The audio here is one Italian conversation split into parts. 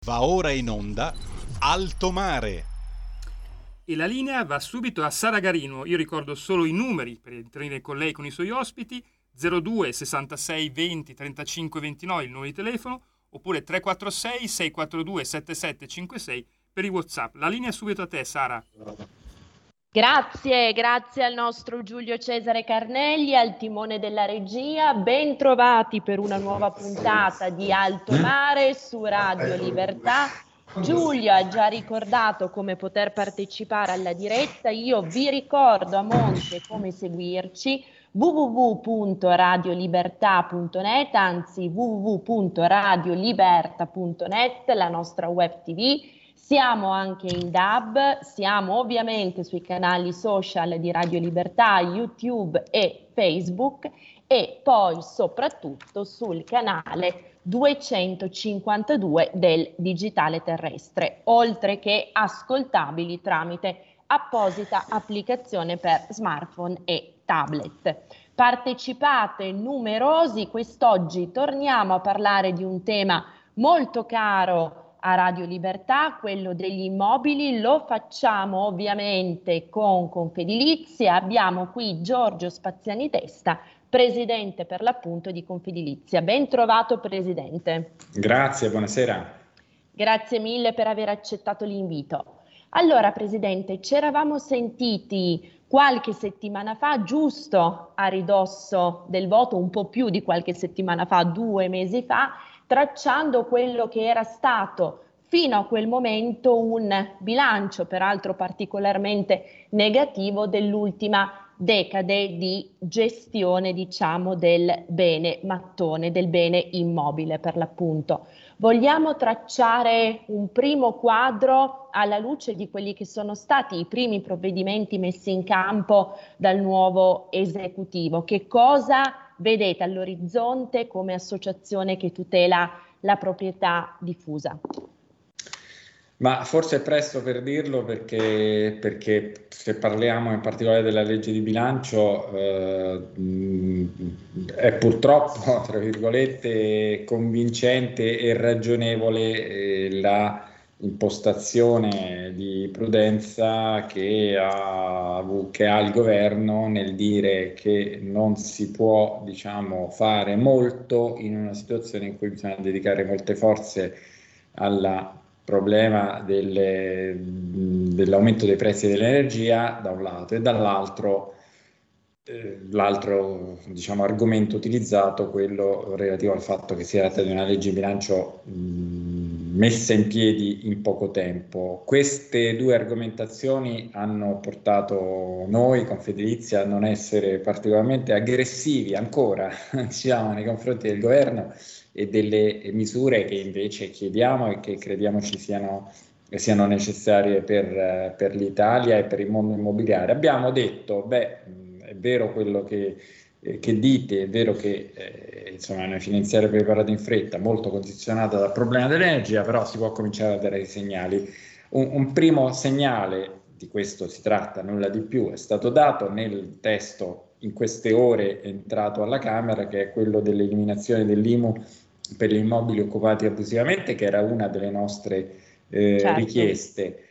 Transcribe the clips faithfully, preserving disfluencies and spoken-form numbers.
Va ora in onda Alto Mare. E la linea va subito a Sara Garino. Io ricordo solo i numeri per intervenire con lei, con i suoi ospiti: zero due sessantasei venti trentacinque ventinove il numero di telefono, oppure tre quattro sei sei quattro due sette sette cinque sei per i WhatsApp. La linea è subito a te, Sara. Grazie, grazie al nostro Giulio Cesare Carnelli, al timone della regia. Ben trovati per una nuova puntata di Alto Mare su Radio Libertà. Giulio ha già ricordato come poter partecipare alla diretta. Io vi ricordo a monte come seguirci: w w w punto radiolibertà punto net, anzi w w w punto radioliberta punto net, la nostra web tv. Siamo anche in D A B, siamo ovviamente sui canali social di Radio Libertà, YouTube e Facebook, e poi soprattutto sul canale duecentocinquantadue del Digitale Terrestre, oltre che ascoltabili tramite apposita applicazione per smartphone e tablet. Partecipate numerosi. Quest'oggi torniamo a parlare di un tema molto caro a Radio Libertà, quello degli immobili. Lo facciamo ovviamente con Confedilizia. Abbiamo qui Giorgio Spaziani Testa, presidente per l'appunto di Confedilizia. Ben trovato, presidente. Grazie, buonasera. Grazie mille per aver accettato l'invito. Allora, presidente, ci eravamo sentiti qualche settimana fa, giusto a ridosso del voto, un po' più di qualche settimana fa, due mesi fa, tracciando quello che era stato fino a quel momento un bilancio, peraltro particolarmente negativo, dell'ultima decade di gestione, diciamo, del bene mattone, del bene immobile per l'appunto. Vogliamo tracciare un primo quadro alla luce di quelli che sono stati i primi provvedimenti messi in campo dal nuovo esecutivo. Che cosa vedete all'orizzonte come associazione che tutela la proprietà diffusa? Ma forse è presto per dirlo, perché, perché se parliamo in particolare della legge di bilancio eh, è purtroppo, tra virgolette, convincente e ragionevole eh, la impostazione di prudenza che ha, che ha il governo nel dire che non si può, diciamo, fare molto in una situazione in cui bisogna dedicare molte forze alla problema delle, dell'aumento dei prezzi dell'energia da un lato, e dall'altro eh, l'altro, diciamo, argomento utilizzato, quello relativo al fatto che si tratta di una legge di bilancio mh, messa in piedi in poco tempo. Queste due argomentazioni hanno portato noi, Confedilizia, a non essere particolarmente aggressivi ancora, diciamo, nei confronti del governo e delle misure che invece chiediamo e che crediamo ci siano, siano necessarie per, per l'Italia e per il mondo immobiliare. Abbiamo detto, beh, è vero quello che, eh, che dite, è vero che eh, insomma, è una finanziaria preparata in fretta, molto condizionata dal problema dell'energia, però si può cominciare a dare dei segnali. Un, un primo segnale, di questo si tratta, nulla di più, è stato dato nel testo in queste ore entrato alla Camera, che è quello dell'eliminazione dell'I M U per gli immobili occupati abusivamente, che era una delle nostre eh, certo. richieste.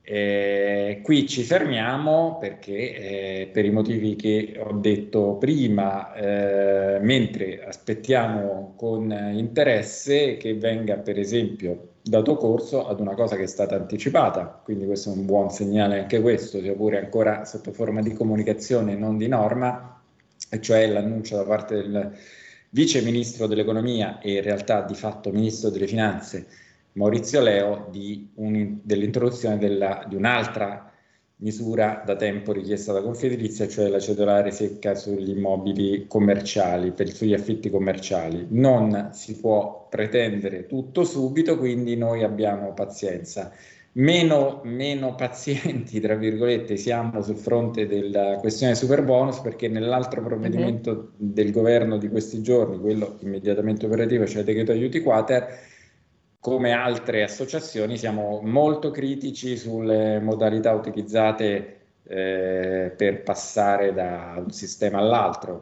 Eh, qui ci fermiamo perché eh, per i motivi che ho detto prima, eh, mentre aspettiamo con interesse che venga, per esempio, dato corso ad una cosa che è stata anticipata, quindi questo è un buon segnale anche questo, sia pure ancora sotto forma di comunicazione e non di norma, e cioè l'annuncio da parte del Vice Ministro dell'Economia e in realtà di fatto Ministro delle Finanze Maurizio Leo di un, dell'introduzione della, di un'altra misura da tempo richiesta da Confedilizia, cioè la cedolare secca sugli immobili commerciali, per sugli affitti commerciali. Non si può pretendere tutto subito, quindi noi abbiamo pazienza. Meno, meno pazienti, tra virgolette, siamo sul fronte della questione superbonus, perché nell'altro provvedimento uh-huh. del governo di questi giorni, quello immediatamente operativo, cioè il decreto aiuti quater, come altre associazioni siamo molto critici sulle modalità utilizzate eh, per passare da un sistema all'altro.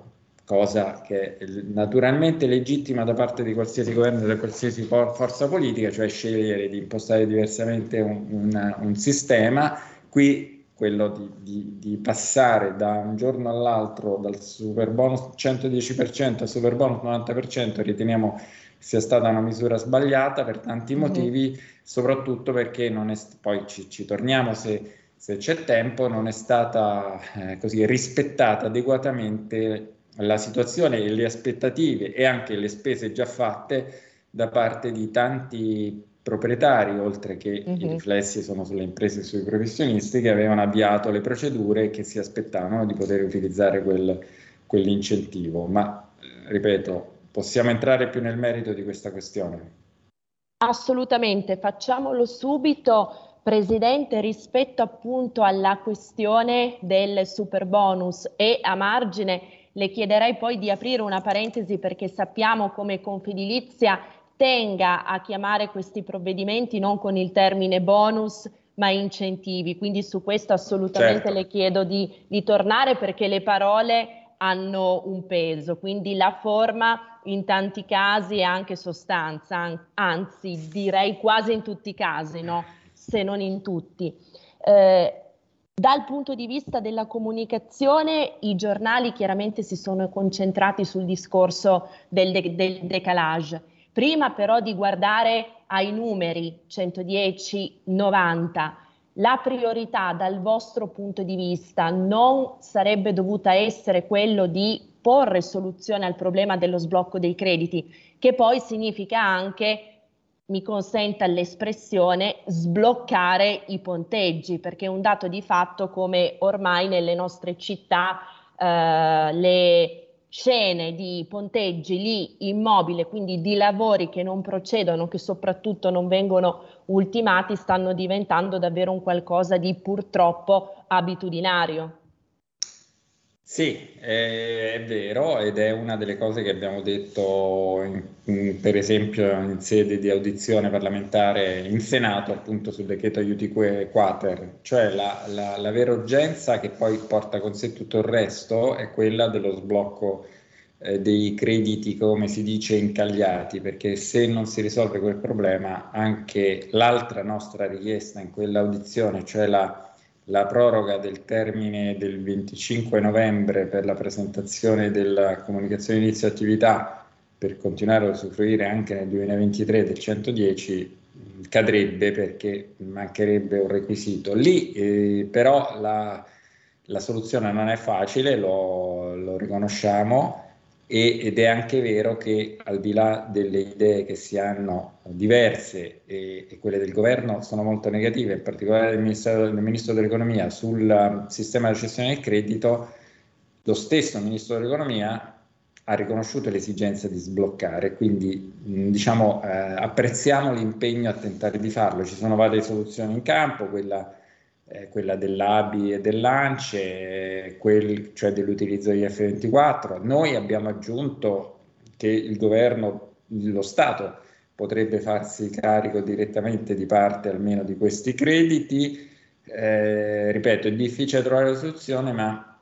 cosa che è naturalmente legittima da parte di qualsiasi governo e da qualsiasi for- forza politica, cioè scegliere di impostare diversamente un, un, un sistema. Qui quello di, di, di passare da un giorno all'altro dal super bonus centodieci per cento al super bonus novanta per cento riteniamo sia stata una misura sbagliata per tanti mm-hmm. motivi, soprattutto perché non è, poi ci, ci torniamo se, se c'è tempo, non è stata eh, così rispettata adeguatamente la situazione e le aspettative e anche le spese già fatte da parte di tanti proprietari, oltre che mm-hmm. i riflessi sono sulle imprese e sui professionisti che avevano avviato le procedure e che si aspettavano di poter utilizzare quel, quell'incentivo. Ma, ripeto, possiamo entrare più nel merito di questa questione? Assolutamente, facciamolo subito. Presidente, rispetto appunto alla questione del super bonus e a margine le chiederei poi di aprire una parentesi perché sappiamo come Confedilizia tenga a chiamare questi provvedimenti non con il termine bonus ma incentivi, quindi su questo assolutamente certo. Le chiedo di, di tornare perché le parole hanno un peso, quindi la forma in tanti casi è anche sostanza, anzi direi quasi in tutti i casi, no? Se non in tutti. Eh, dal punto di vista della comunicazione, i giornali chiaramente si sono concentrati sul discorso del, de- del decalage. Prima però di guardare ai numeri centodieci novanta, la priorità dal vostro punto di vista non sarebbe dovuta essere quello di porre soluzione al problema dello sblocco dei crediti, che poi significa anche, mi consenta l'espressione, sbloccare i ponteggi, perché è un dato di fatto come ormai nelle nostre città eh, le scene di ponteggi lì immobile, quindi di lavori che non procedono, che soprattutto non vengono ultimati, stanno diventando davvero un qualcosa di purtroppo abitudinario. Sì, è, è vero ed è una delle cose che abbiamo detto in, in, per esempio in sede di audizione parlamentare in Senato appunto sul decreto aiuti quater, cioè la, la, la vera urgenza che poi porta con sé tutto il resto è quella dello sblocco eh, dei crediti, come si dice, incagliati, perché se non si risolve quel problema anche l'altra nostra richiesta in quell'audizione, cioè la la proroga del termine del venticinque novembre per la presentazione della comunicazione di inizio attività per continuare a usufruire anche nel duemilaventitré del centodieci cadrebbe perché mancherebbe un requisito. Lì eh, però la, la soluzione non è facile, lo, lo riconosciamo, e, ed è anche vero che al di là delle idee che si hanno diverse e, e quelle del governo sono molto negative, in particolare del, Ministero, del Ministro dell'Economia sul sistema di gestione del credito, lo stesso Ministro dell'Economia ha riconosciuto l'esigenza di sbloccare, quindi mh, diciamo eh, apprezziamo l'impegno a tentare di farlo. Ci sono varie soluzioni in campo, quella Eh, quella dell'A B I e dell'ANCE, eh, quel, cioè dell'utilizzo di F ventiquattro. Noi abbiamo aggiunto che il governo, lo Stato, potrebbe farsi carico direttamente di parte almeno di questi crediti. Eh, ripeto, è difficile trovare la soluzione, ma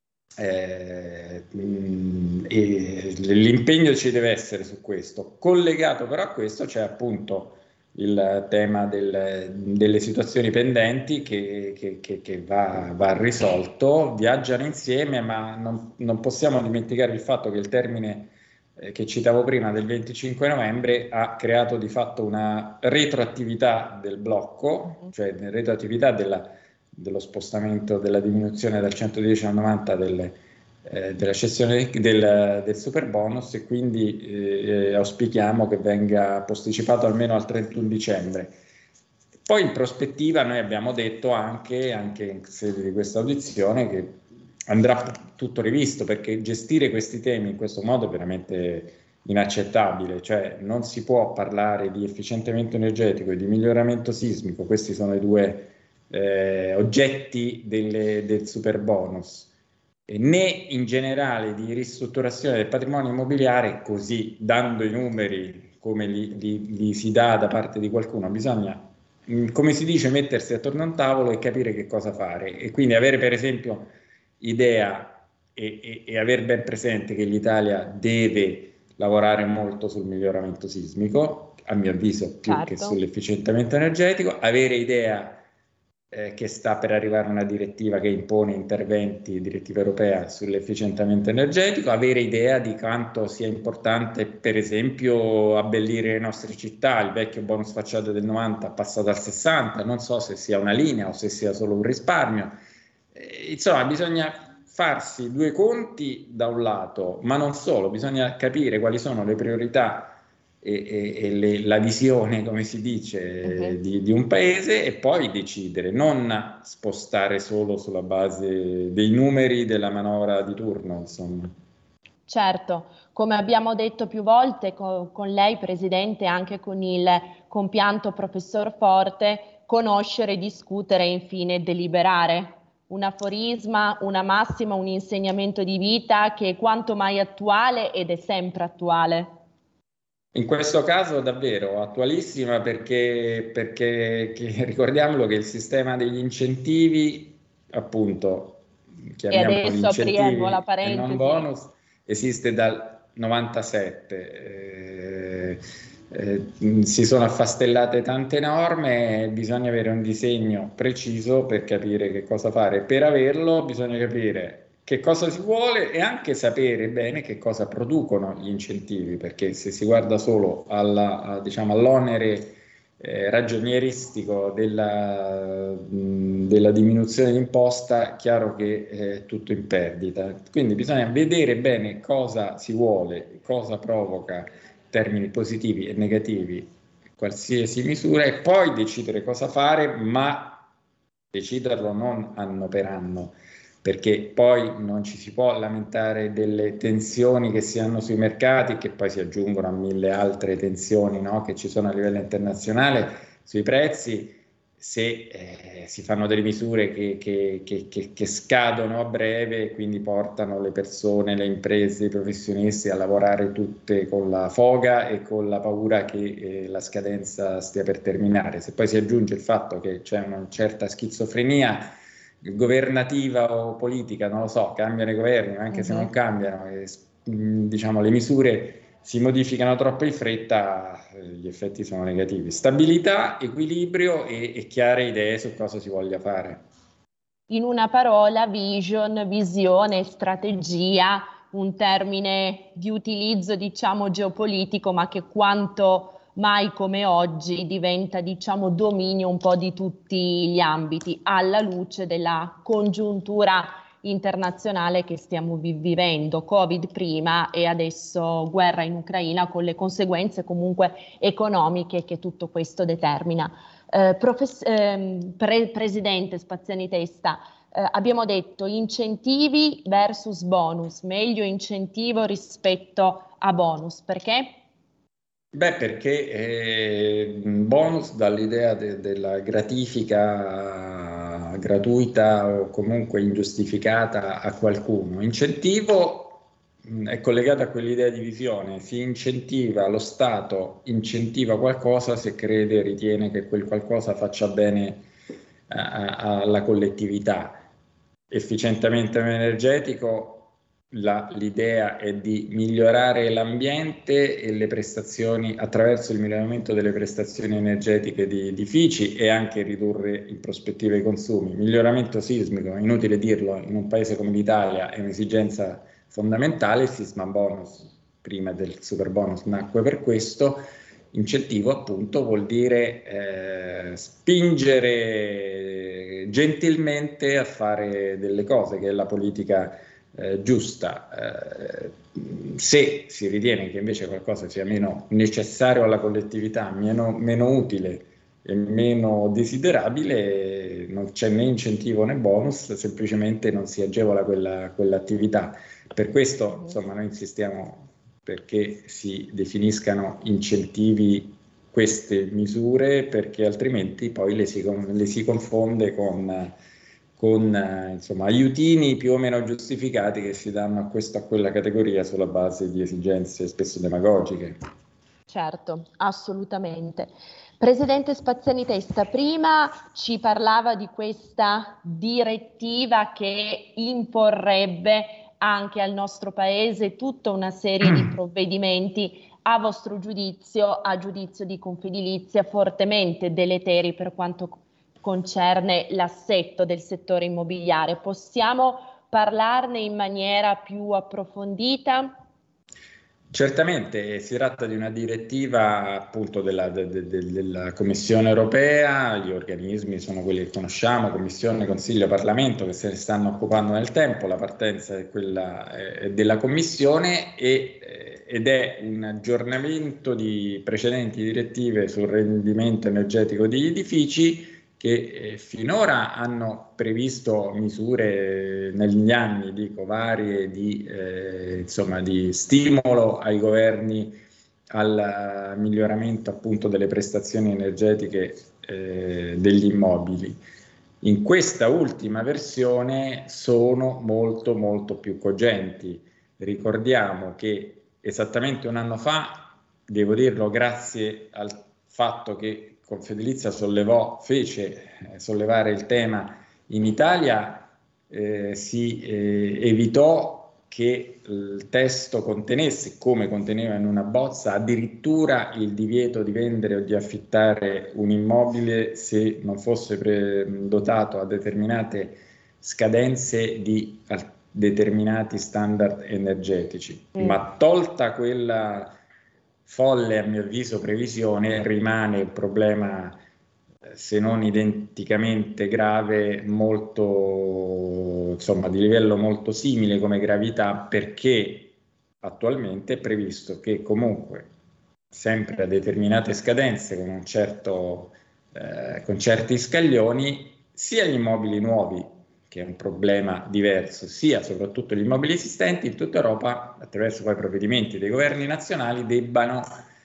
eh, mh, e l'impegno ci deve essere su questo. Collegato però a questo c'è appunto il tema del, delle situazioni pendenti che, che, che, che va, va risolto, viaggiano insieme, ma non, non possiamo dimenticare il fatto che il termine eh, che citavo prima del venticinque novembre ha creato di fatto una retroattività del blocco, cioè retroattività della, dello spostamento, della diminuzione dal centodieci al novanta delle Eh, della cessione del, del super bonus, e quindi eh, auspichiamo che venga posticipato almeno al trentuno dicembre. Poi in prospettiva noi abbiamo detto anche, anche in sede di questa audizione, che andrà tutto rivisto, perché gestire questi temi in questo modo è veramente inaccettabile, cioè non si può parlare di efficientamento energetico e di miglioramento sismico, questi sono i due eh, oggetti delle, del super bonus, né in generale di ristrutturazione del patrimonio immobiliare, così dando i numeri come li, li, li si dà da parte di qualcuno. Bisogna, come si dice, mettersi attorno a un tavolo e capire che cosa fare, e quindi avere per esempio idea e, e, e aver ben presente che l'Italia deve lavorare molto sul miglioramento sismico, a mio avviso più Certo. che sull'efficientamento energetico, avere idea eh, che sta per arrivare una direttiva che impone interventi, direttiva europea sull'efficientamento energetico, avere idea di quanto sia importante per esempio abbellire le nostre città, il vecchio bonus facciate del novanta passato al sessanta, non so se sia una linea o se sia solo un risparmio, eh, insomma bisogna farsi due conti da un lato, ma non solo, bisogna capire quali sono le priorità e, e, e le, la visione, come si dice, Mhm. di, di un paese e poi decidere, non spostare solo sulla base dei numeri della manovra di turno, insomma. Certo, come abbiamo detto più volte co- con lei, Presidente, anche con il compianto Professor Forte, conoscere, discutere e infine deliberare. Un aforisma, una massima, un insegnamento di vita che è quanto mai attuale ed è sempre attuale. In questo caso davvero attualissima perché, perché che, ricordiamolo che il sistema degli incentivi, appunto, E chiamiamoli adesso apriamo la incentivi e non parentesi. bonus, esiste dal novantasette. Eh, eh, si sono affastellate tante norme, bisogna avere un disegno preciso per capire che cosa fare. Per averlo bisogna capire che cosa si vuole e anche sapere bene che cosa producono gli incentivi, perché se si guarda solo alla, a, diciamo, all'onere eh, ragionieristico della, mh, della diminuzione d'imposta, è chiaro che è tutto in perdita. Quindi bisogna vedere bene cosa si vuole, cosa provoca termini positivi e negativi, qualsiasi misura, e poi decidere cosa fare, ma deciderlo non anno per anno, perché poi non ci si può lamentare delle tensioni che si hanno sui mercati, che poi si aggiungono a mille altre tensioni, no, che ci sono a livello internazionale sui prezzi, se eh, si fanno delle misure che, che, che, che, che scadono a breve e quindi portano le persone, le imprese, i professionisti a lavorare tutte con la foga e con la paura che eh, la scadenza stia per terminare. Se poi si aggiunge il fatto che c'è una certa schizofrenia governativa o politica, non lo so, cambiano i governi, ma anche uh-huh. se non cambiano, e, diciamo, le misure si modificano troppo in fretta, gli effetti sono negativi. Stabilità, equilibrio e, e chiare idee su cosa si voglia fare. In una parola, vision, visione, strategia, un termine di utilizzo, diciamo, geopolitico, ma che quanto mai come oggi diventa, diciamo, dominio un po' di tutti gli ambiti, alla luce della congiuntura internazionale che stiamo vi- vivendo, Covid prima e adesso guerra in Ucraina, con le conseguenze comunque economiche che tutto questo determina. Eh, profess- ehm, pre- Presidente Spaziani Testa, eh, abbiamo detto incentivi versus bonus, meglio incentivo rispetto a bonus, perché? Beh, perché eh, bonus dall'idea de- della gratifica gratuita o comunque ingiustificata a qualcuno. Incentivo mh, è collegato a quell'idea di visione, si incentiva, lo Stato incentiva qualcosa se crede, ritiene che quel qualcosa faccia bene a- a- alla collettività. Efficientamento energetico. La, l'idea è di migliorare l'ambiente e le prestazioni attraverso il miglioramento delle prestazioni energetiche di edifici e anche ridurre in prospettiva i consumi. Miglioramento sismico, inutile dirlo, in un paese come l'Italia è un'esigenza fondamentale. Il sisma bonus, prima del super bonus, nacque per questo. Incentivo appunto vuol dire eh, spingere gentilmente a fare delle cose, che è la politica Eh, giusta. Eh, se si ritiene che invece qualcosa sia meno necessario alla collettività, meno, meno utile e meno desiderabile, non c'è né incentivo né bonus, semplicemente non si agevola quella, quell'attività. Per questo, insomma, noi insistiamo perché si definiscano incentivi queste misure, perché altrimenti poi le si, le si confonde con con eh, insomma, aiutini più o meno giustificati che si danno a questa o quella categoria sulla base di esigenze spesso demagogiche. Certo, assolutamente. Presidente Spaziani Testa, prima ci parlava di questa direttiva che imporrebbe anche al nostro paese tutta una serie di provvedimenti a vostro giudizio, a giudizio di Confedilizia, fortemente deleteri per quanto concerne l'assetto del settore immobiliare. Possiamo parlarne in maniera più approfondita? Certamente si tratta di una direttiva appunto della, de, de, della Commissione europea, gli organismi sono quelli che conosciamo, Commissione, Consiglio, Parlamento, che se ne stanno occupando nel tempo, la partenza è quella eh, della Commissione e, eh, ed è un aggiornamento di precedenti direttive sul rendimento energetico di edifici che eh, finora hanno previsto misure negli anni, dico, varie di, eh, insomma, di stimolo ai governi al miglioramento appunto delle prestazioni energetiche eh, degli immobili. In questa ultima versione sono molto molto più cogenti. Ricordiamo che esattamente un anno fa, devo dirlo grazie al fatto che Confedilizia sollevò, fece eh, sollevare il tema in Italia, eh, si eh, evitò che il testo contenesse, come conteneva in una bozza, addirittura il divieto di vendere o di affittare un immobile se non fosse pre- dotato a determinate scadenze di a determinati standard energetici. Mm. Ma tolta quella folle, a mio avviso, previsione, rimane il problema, se non identicamente grave, molto, insomma, di livello molto simile come gravità, perché attualmente è previsto che comunque, sempre a determinate scadenze, con un certo, eh, con certi scaglioni, sia gli immobili nuovi, che è un problema diverso, sia soprattutto gli immobili esistenti in tutta Europa, attraverso poi provvedimenti dei governi nazionali, debbano,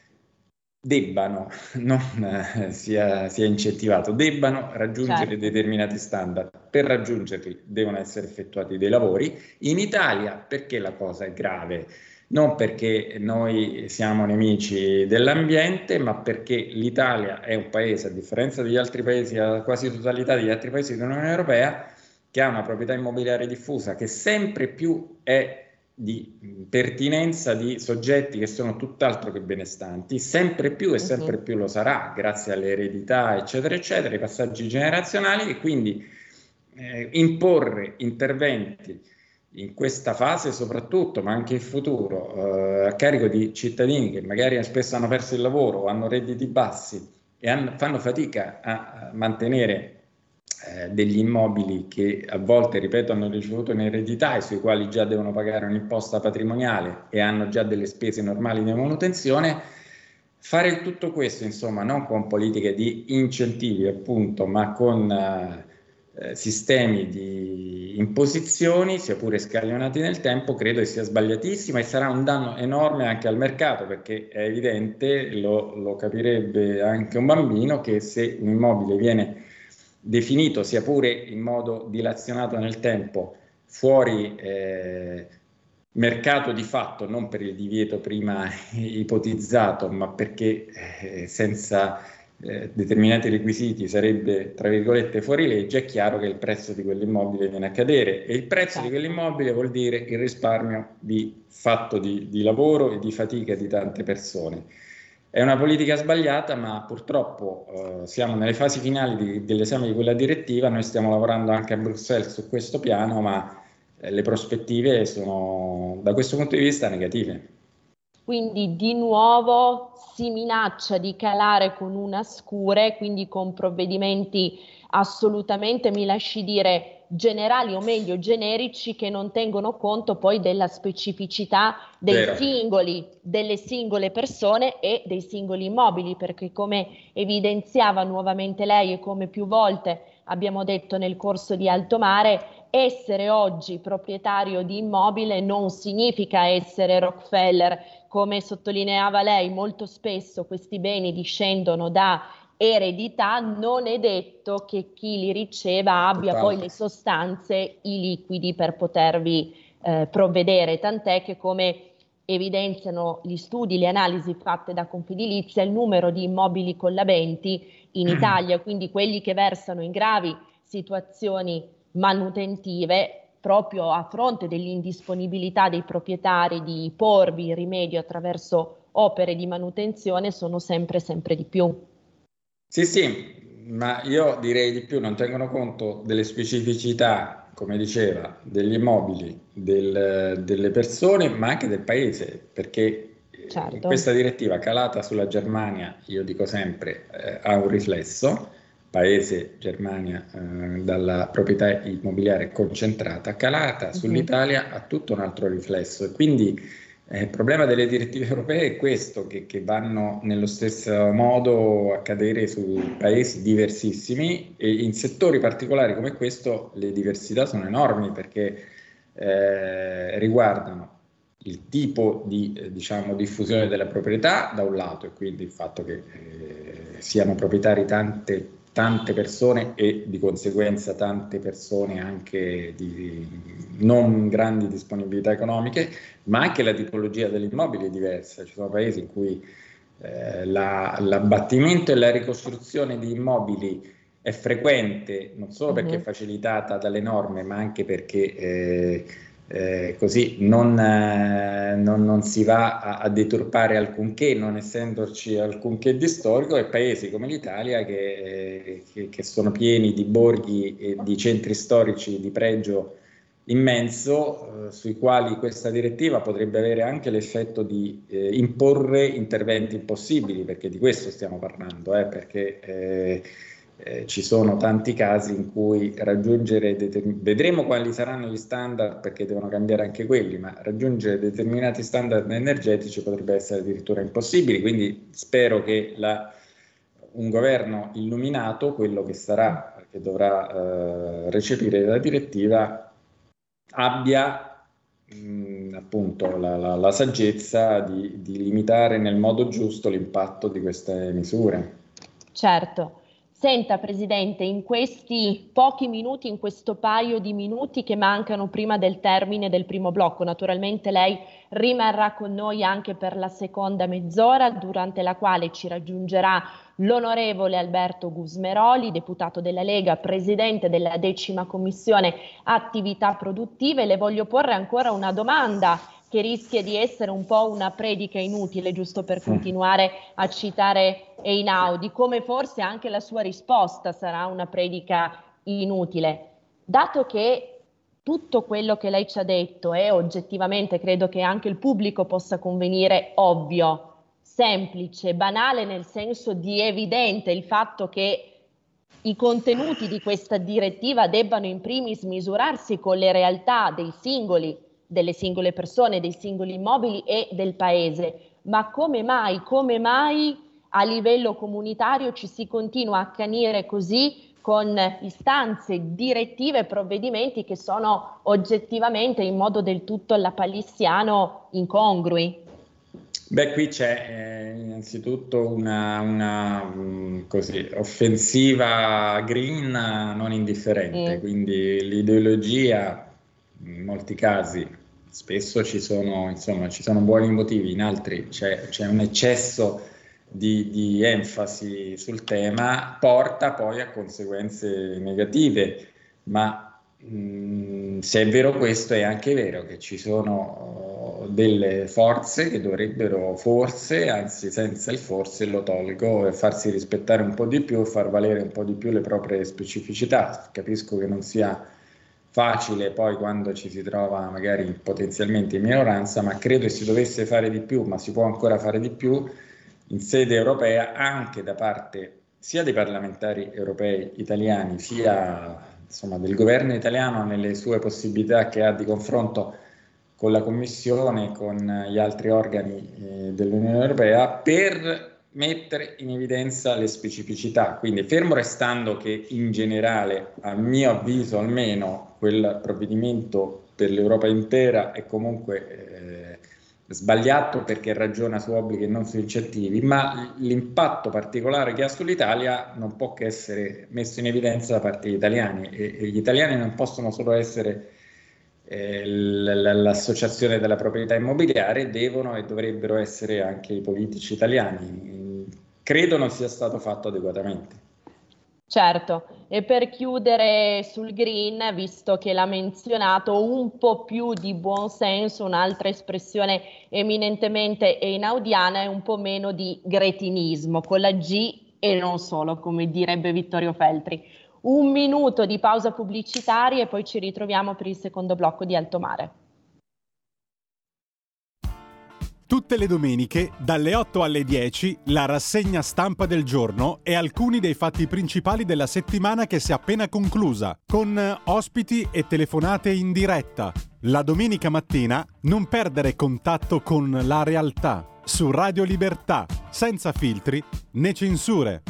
debbano non eh, sia, sia incentivato, debbano raggiungere certo. determinati standard. Per raggiungerli devono essere effettuati dei lavori. In Italia, perché la cosa è grave? Non perché noi siamo nemici dell'ambiente, ma perché l'Italia è un paese, a differenza degli altri paesi, la quasi totalità degli altri paesi dell'Unione Europea, che ha una proprietà immobiliare diffusa che sempre più è di pertinenza di soggetti che sono tutt'altro che benestanti, sempre più e sempre uh-huh. più lo sarà grazie alle eredità eccetera eccetera, i passaggi generazionali, e quindi eh, imporre interventi in questa fase soprattutto, ma anche in futuro, eh, a carico di cittadini che magari spesso hanno perso il lavoro o hanno redditi bassi e hanno, fanno fatica a mantenere Eh, degli immobili che a volte, ripeto, hanno ricevuto in eredità e sui quali già devono pagare un'imposta patrimoniale e hanno già delle spese normali di manutenzione. Fare il tutto questo, insomma, non con politiche di incentivi, appunto, ma con eh, sistemi di imposizioni, sia pure scaglionati nel tempo, credo che sia sbagliatissimo e sarà un danno enorme anche al mercato, perché è evidente, lo, lo capirebbe anche un bambino, che se un immobile viene definito, sia pure in modo dilazionato nel tempo, fuori eh, mercato di fatto, non per il divieto prima ipotizzato, ma perché eh, senza eh, determinati requisiti sarebbe, tra virgolette, fuori legge, è chiaro che il prezzo di quell'immobile viene a cadere, e il prezzo di quell'immobile vuol dire il risparmio di fatto di, di lavoro e di fatica di tante persone. È una politica sbagliata, ma purtroppo eh, siamo nelle fasi finali di, dell'esame di quella direttiva. Noi stiamo lavorando anche a Bruxelles su questo piano, ma eh, le prospettive sono, da questo punto di vista, negative. Quindi di nuovo si minaccia di calare con una scure, quindi con provvedimenti assolutamente, mi lasci dire, generali o meglio generici, che non tengono conto poi della specificità dei Vero. singoli, delle singole persone e dei singoli immobili, perché come evidenziava nuovamente lei e come più volte abbiamo detto nel corso di Alto Mare, essere oggi proprietario di immobile non significa essere Rockefeller. Come sottolineava lei, molto spesso questi beni discendono da eredità, non è detto che chi li riceva abbia poi le sostanze, i liquidi per potervi eh, provvedere, tant'è che, come evidenziano gli studi, le analisi fatte da Confedilizia, il numero di immobili collabenti in Italia, quindi quelli che versano in gravi situazioni manutentive, proprio a fronte dell'indisponibilità dei proprietari di porvi rimedio attraverso opere di manutenzione sono sempre sempre di più. Sì, sì, ma io direi di più, non tengono conto delle specificità, come diceva, degli immobili, del, delle persone, ma anche del paese, perché certo. in questa direttiva calata sulla Germania, io dico sempre, eh, ha un riflesso. Paese, Germania, eh, dalla proprietà immobiliare concentrata, calata uh-huh. sull'Italia ha tutto un altro riflesso, e quindi eh, il problema delle direttive europee è questo, che, che vanno nello stesso modo a cadere su paesi diversissimi, e in settori particolari come questo le diversità sono enormi, perché eh, riguardano il tipo di eh, diciamo, diffusione della proprietà da un lato, e quindi il fatto che eh, siano proprietari tante tante persone e di conseguenza tante persone anche di non grandi disponibilità economiche, ma anche la tipologia dell'immobile è diversa. Ci sono paesi in cui eh, la, l'abbattimento e la ricostruzione di immobili è frequente, non solo perché è facilitata dalle norme, ma anche perché eh, Eh, così non, eh, non, non si va a, a deturpare alcunché, non essendoci alcunché di storico, e paesi come l'Italia che, che, che sono pieni di borghi e di centri storici di pregio immenso, eh, sui quali questa direttiva potrebbe avere anche l'effetto di eh, imporre interventi impossibili, perché di questo stiamo parlando, eh, perché eh, Eh, ci sono tanti casi in cui raggiungere, determin- vedremo quali saranno gli standard, perché devono cambiare anche quelli, ma raggiungere determinati standard energetici potrebbe essere addirittura impossibile, quindi spero che la, un governo illuminato, quello che sarà, che dovrà eh, recepire la direttiva, abbia mh, appunto la, la, la saggezza di, di limitare nel modo giusto l'impatto di queste misure. Certo. Senta Presidente, in questi pochi minuti, in questo paio di minuti che mancano prima del termine del primo blocco, naturalmente lei rimarrà con noi anche per la seconda mezz'ora, durante la quale ci raggiungerà l'onorevole Alberto Gusmeroli, deputato della Lega, presidente della decima commissione attività produttive. Le voglio porre ancora una domanda che rischia di essere un po' una predica inutile, giusto per continuare a citare Einaudi, come forse anche la sua risposta sarà una predica inutile. Dato che tutto quello che lei ci ha detto è oggettivamente, credo che anche il pubblico possa convenire, ovvio, semplice, banale nel senso di evidente, il fatto che i contenuti di questa direttiva debbano in primis misurarsi con le realtà dei singoli delle singole persone, dei singoli immobili e del paese, ma come mai, come mai a livello comunitario ci si continua a accanire così con istanze, direttive e provvedimenti che sono oggettivamente in modo del tutto lapalissiano incongrui? Beh, qui c'è eh, innanzitutto una, una mh, così, offensiva green non indifferente, mm. quindi l'ideologia in molti casi, spesso ci sono, insomma, ci sono buoni motivi, in altri c'è, c'è un eccesso di, di enfasi sul tema, porta poi a conseguenze negative, ma mh, se è vero questo, è anche vero che ci sono uh, delle forze che dovrebbero forse, anzi senza il forse lo tolgo, farsi rispettare un po' di più, far valere un po' di più le proprie specificità. Capisco che non sia facile poi quando ci si trova magari potenzialmente in minoranza, ma credo che si dovesse fare di più, ma si può ancora fare di più in sede europea, anche da parte sia dei parlamentari europei italiani, sia insomma del governo italiano nelle sue possibilità che ha di confronto con la Commissione, con gli altri organi eh, dell'Unione Europea, per mettere in evidenza le specificità. Quindi, fermo restando che in generale, a mio avviso almeno, quel provvedimento per l'Europa intera è comunque eh, sbagliato, perché ragiona su obblighi e non su incentivi, ma l'impatto particolare che ha sull'Italia non può che essere messo in evidenza da parte degli italiani, e, e gli italiani non possono solo essere eh, l'associazione della proprietà immobiliare, devono e dovrebbero essere anche i politici italiani. Credo non sia stato fatto adeguatamente. Certo, e per chiudere sul green, visto che l'ha menzionato, un po' più di buon senso, un'altra espressione eminentemente einaudiana, e un po' meno di gretinismo, con la G e non solo, come direbbe Vittorio Feltri. Un minuto di pausa pubblicitaria e poi ci ritroviamo per il secondo blocco di Alto Mare. Tutte le domeniche, dalle otto alle dieci, la rassegna stampa del giorno e alcuni dei fatti principali della settimana che si è appena conclusa, con ospiti e telefonate in diretta. La domenica mattina non perdere contatto con la realtà, su Radio Libertà, senza filtri né censure.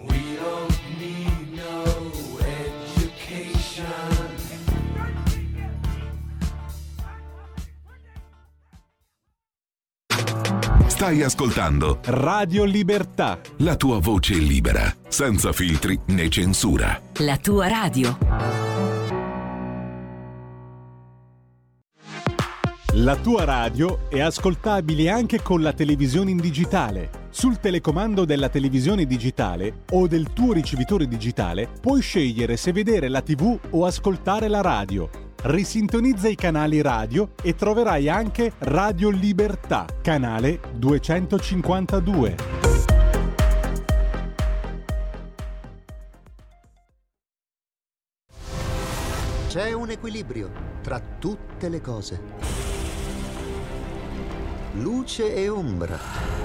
Stai ascoltando Radio Libertà, la tua voce libera, senza filtri né censura. La tua radio. La tua radio è ascoltabile anche con la televisione in digitale. Sul telecomando della televisione digitale o del tuo ricevitore digitale puoi scegliere se vedere la tivù o ascoltare la radio. Risintonizza i canali radio e troverai anche Radio Libertà, canale duecentocinquantadue. C'è un equilibrio tra tutte le cose. Luce e ombra.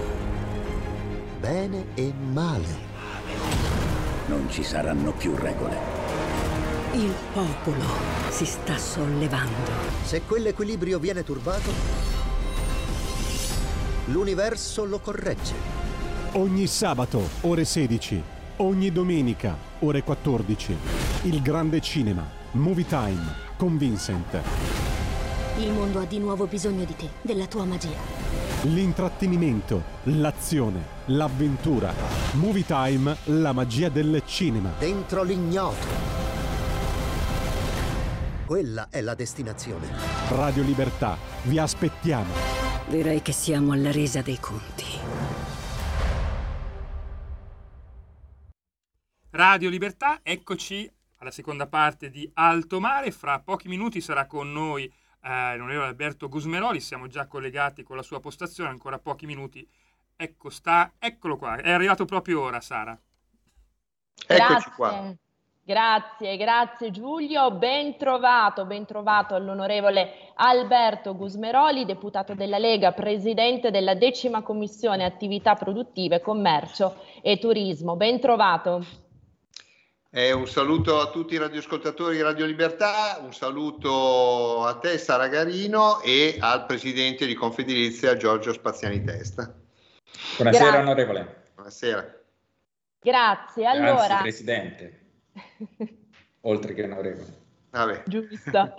Bene e male. Non ci saranno più regole. Il popolo si sta sollevando. Se quell'equilibrio viene turbato, l'universo lo corregge. Ogni sabato, ore sedici. Ogni domenica, ore quattordici. Il grande cinema, Movie Time, con Vincent. Il mondo ha di nuovo bisogno di te, della tua magia. L'intrattenimento, l'azione, l'avventura. Movie Time, la magia del cinema. Dentro l'ignoto. Quella è la destinazione. Radio Libertà, vi aspettiamo. Direi che siamo alla resa dei conti. Radio Libertà, eccoci alla seconda parte di Alto Mare. Fra pochi minuti sarà con noi eh, l'onorevole Alberto Gusmeroli. Siamo già collegati con la sua postazione, ancora pochi minuti. Ecco sta, eccolo qua, è arrivato proprio ora, Sara. Grazie. Eccoci qua. Grazie, grazie Giulio, ben trovato, ben trovato all'onorevole Alberto Gusmeroli, deputato della Lega, presidente della decima commissione attività produttive, commercio e turismo. Ben trovato. Eh, un saluto a tutti i radioascoltatori di Radio Libertà, un saluto a te Sara Garino e al presidente di Confedilizia Giorgio Spaziani Testa. Buonasera Grazie. onorevole. Buonasera. Grazie, allora... Anzi, presidente. Oltre che onorevole. Vabbè. Giusto.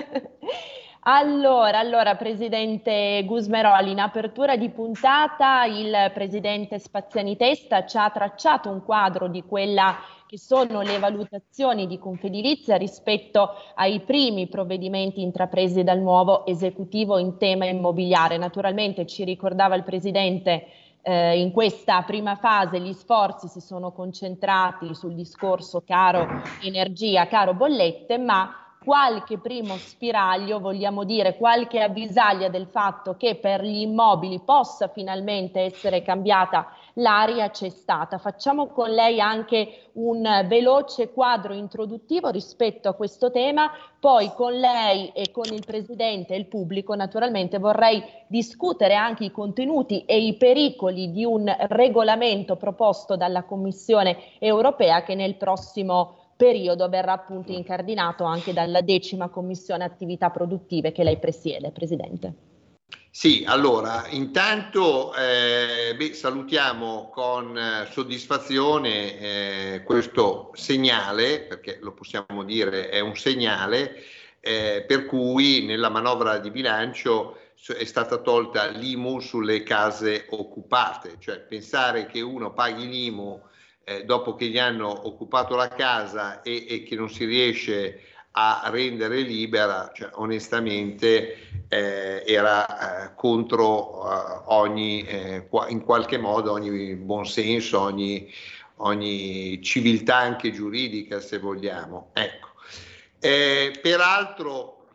allora, allora, presidente Gusmeroli, in apertura di puntata il presidente Spaziani Testa ci ha tracciato un quadro di quella che sono le valutazioni di Confedilizia rispetto ai primi provvedimenti intrapresi dal nuovo esecutivo in tema immobiliare. Naturalmente ci ricordava il presidente Eh, in questa prima fase gli sforzi si sono concentrati sul discorso caro energia, caro bollette, ma qualche primo spiraglio, vogliamo dire qualche avvisaglia del fatto che per gli immobili possa finalmente essere cambiata l'aria c'è stata. Facciamo con lei anche un veloce quadro introduttivo rispetto a questo tema, poi con lei e con il Presidente e il pubblico naturalmente vorrei discutere anche i contenuti e i pericoli di un regolamento proposto dalla Commissione europea che nel prossimo periodo verrà appunto incardinato anche dalla decima commissione attività produttive che lei presiede, Presidente. Sì, allora, intanto eh, beh, salutiamo con eh, soddisfazione eh, questo segnale, perché lo possiamo dire è un segnale, eh, per cui nella manovra di bilancio è stata tolta l'I M U sulle case occupate, cioè pensare che uno paghi l'I M U eh, dopo che gli hanno occupato la casa e, e che non si riesce a rendere libera, cioè, onestamente eh, era eh, contro eh, ogni, eh, in qualche modo, ogni buonsenso, ogni, ogni civiltà anche giuridica, se vogliamo. Ecco. Eh, peraltro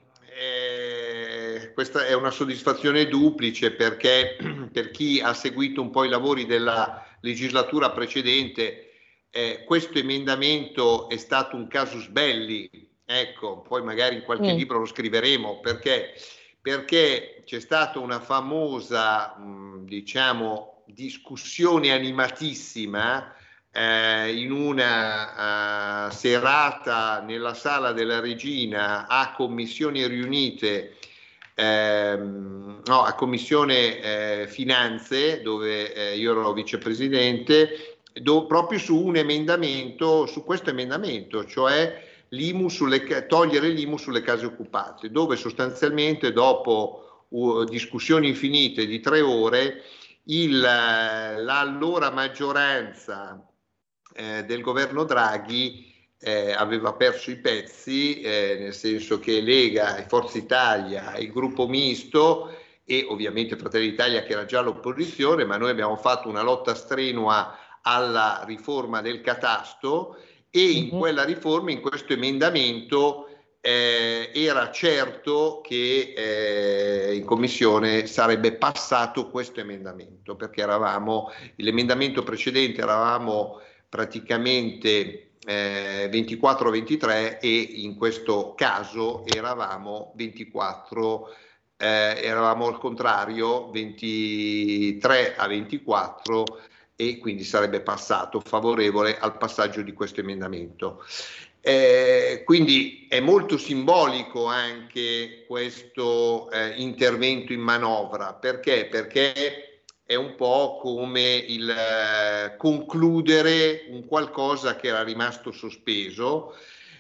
eh, questa è una soddisfazione duplice, perché per chi ha seguito un po' i lavori della legislatura precedente, eh, questo emendamento è stato un casus belli, ecco, poi magari in qualche mm. libro lo scriveremo, perché, perché c'è stata una famosa, mh, diciamo, discussione animatissima eh, in una uh, serata nella Sala della Regina a commissioni riunite, ehm, no, a commissione eh, finanze, dove eh, io ero vicepresidente, do, proprio su un emendamento, su questo emendamento, cioè l'I M U sulle, togliere l'I M U sulle case occupate, dove sostanzialmente dopo uh, discussioni infinite di tre ore il, l'allora maggioranza eh, del governo Draghi eh, aveva perso i pezzi, eh, nel senso che Lega e Forza Italia, il gruppo misto e ovviamente Fratelli d'Italia, che era già all'opposizione, ma noi abbiamo fatto una lotta strenua alla riforma del catasto, e in quella riforma, in questo emendamento, eh, era certo che eh, in commissione sarebbe passato questo emendamento, perché eravamo, l'emendamento precedente eravamo praticamente eh, ventiquattro a ventitré e in questo caso eravamo ventiquattro, eh, eravamo al contrario ventitré a ventiquattro, e quindi sarebbe passato favorevole al passaggio di questo emendamento. Eh, quindi è molto simbolico anche questo eh, intervento in manovra. Perché? Perché è un po' come il eh, concludere un qualcosa che era rimasto sospeso,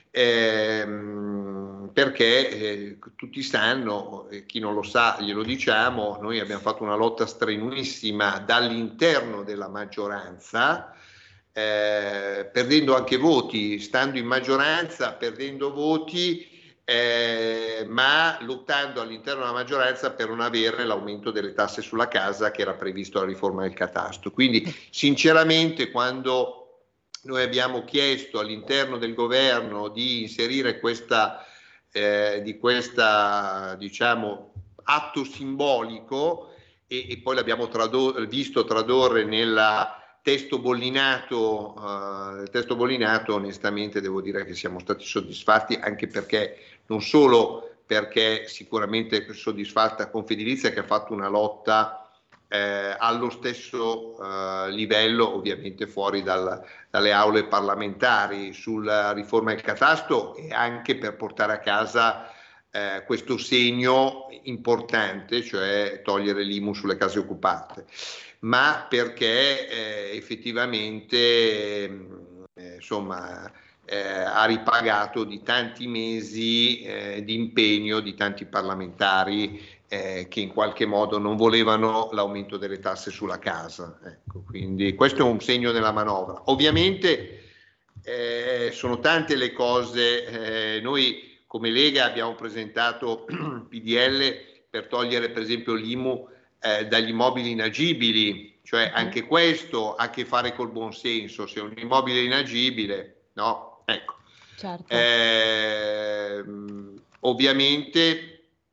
ehm, perché eh, tutti sanno, eh, chi non lo sa glielo diciamo, noi abbiamo fatto una lotta strenuissima dall'interno della maggioranza, eh, perdendo anche voti, stando in maggioranza, perdendo voti, eh, ma lottando all'interno della maggioranza per non avere l'aumento delle tasse sulla casa che era previsto alla riforma del catasto. Quindi sinceramente, quando noi abbiamo chiesto all'interno del governo di inserire questa, eh, di questa, diciamo, atto simbolico, e, e poi l'abbiamo trado- visto tradurre nel testo bollinato, uh, il testo bollinato, onestamente devo dire che siamo stati soddisfatti, anche perché, non solo perché sicuramente soddisfatta Confedilizia, che ha fatto una lotta Eh, allo stesso eh, livello, ovviamente fuori dal, dalle aule parlamentari, sulla riforma del catasto, e anche per portare a casa eh, questo segno importante, cioè togliere l'I M U sulle case occupate, ma perché eh, effettivamente eh, insomma eh, ha ripagato di tanti mesi eh, di impegno di tanti parlamentari Eh, che in qualche modo non volevano l'aumento delle tasse sulla casa. Ecco, quindi questo è un segno della manovra. Ovviamente eh, sono tante le cose, eh, noi come Lega abbiamo presentato P D L per togliere per esempio l'I M U eh, dagli immobili inagibili, cioè anche questo ha a che fare col buon senso. Se un immobile è inagibile, no? Ecco. Certo. Eh, ovviamente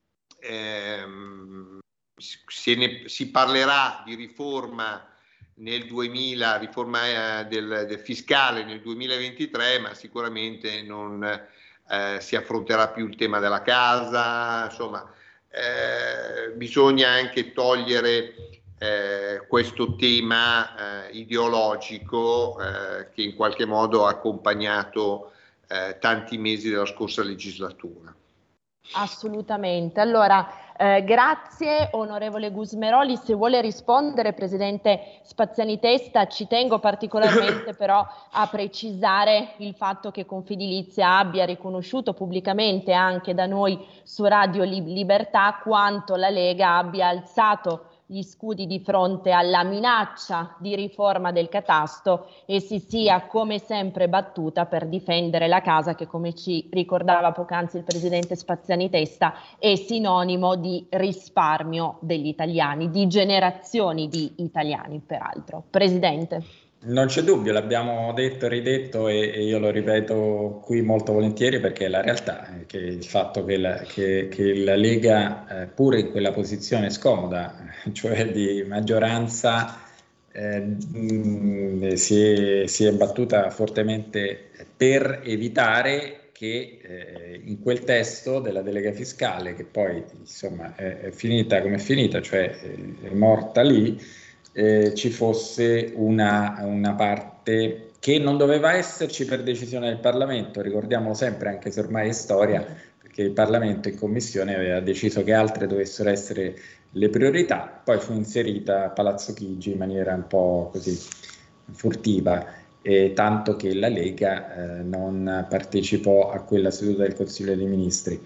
Ehm, se ne, si parlerà di riforma nel duemila, riforma eh, del, del fiscale nel duemilaventitré, ma sicuramente non eh, si affronterà più il tema della casa. Insomma, eh, bisogna anche togliere eh, questo tema eh, ideologico eh, che in qualche modo ha accompagnato eh, tanti mesi della scorsa legislatura. Assolutamente. Allora, eh, grazie onorevole Gusmeroli. Se vuole rispondere, presidente Spaziani Testa, ci tengo particolarmente però a precisare il fatto che Confedilizia abbia riconosciuto pubblicamente anche da noi su Radio Libertà quanto la Lega abbia alzato gli scudi di fronte alla minaccia di riforma del catasto e si sia come sempre battuta per difendere la casa, che, come ci ricordava poc'anzi il presidente Spaziani Testa, è sinonimo di risparmio degli italiani, di generazioni di italiani peraltro. Presidente. Non c'è dubbio, l'abbiamo detto e ridetto e, e io lo ripeto qui molto volentieri perché la realtà è che il fatto che la, che, che la Lega, eh, pure in quella posizione scomoda, cioè di maggioranza, eh, mh, si, è, si è battuta fortemente per evitare che eh, in quel testo della delega fiscale, che poi insomma è, è finita come è finita, cioè è, è morta lì, Eh, ci fosse una, una parte che non doveva esserci per decisione del Parlamento, ricordiamolo sempre, anche se ormai è storia, perché il Parlamento in commissione aveva deciso che altre dovessero essere le priorità, poi fu inserita Palazzo Chigi in maniera un po' così furtiva, eh, tanto che la Lega eh, non partecipò a quella seduta del Consiglio dei Ministri.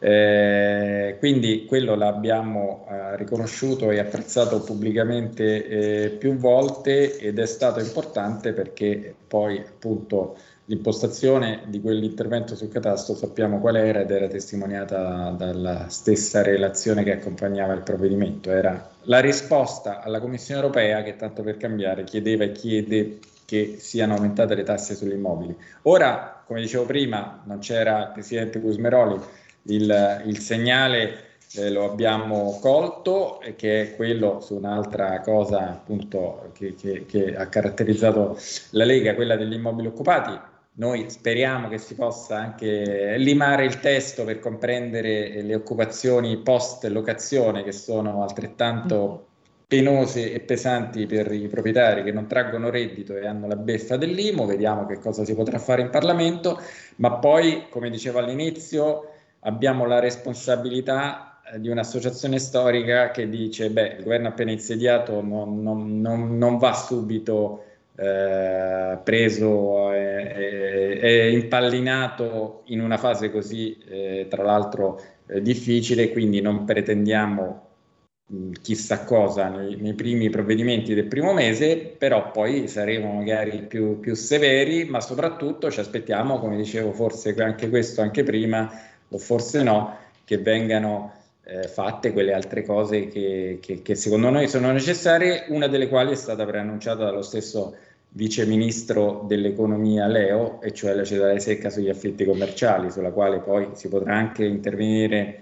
Eh, quindi quello l'abbiamo eh, riconosciuto e apprezzato pubblicamente eh, più volte ed è stato importante perché poi appunto l'impostazione di quell'intervento sul catasto sappiamo qual era ed era testimoniata dalla stessa relazione che accompagnava il provvedimento, era la risposta alla Commissione Europea che tanto per cambiare chiedeva e chiede che siano aumentate le tasse sugli immobili. Ora, come dicevo prima, non c'era il Presidente Gusmeroli, Il, il segnale eh, lo abbiamo colto, eh, che è quello su un'altra cosa appunto che, che, che ha caratterizzato la Lega, quella degli immobili occupati. Noi speriamo che si possa anche limare il testo per comprendere le occupazioni post locazione, che sono altrettanto penose e pesanti per i proprietari che non traggono reddito e hanno la beffa dell'I M U. Vediamo che cosa si potrà fare in Parlamento, ma poi, come dicevo all'inizio, abbiamo la responsabilità di un'associazione storica che dice beh, il governo appena insediato non, non, non, non va subito eh, preso e eh, impallinato in una fase così eh, tra l'altro eh, difficile, quindi non pretendiamo mh, chissà cosa nei, nei primi provvedimenti del primo mese, però poi saremo magari più, più severi, ma soprattutto ci aspettiamo, come dicevo forse anche questo anche prima, o forse no, che vengano eh, fatte quelle altre cose che, che, che secondo noi sono necessarie, una delle quali è stata preannunciata dallo stesso vice ministro dell'economia Leo, e cioè la cedolare secca sugli affitti commerciali, sulla quale poi si potrà anche intervenire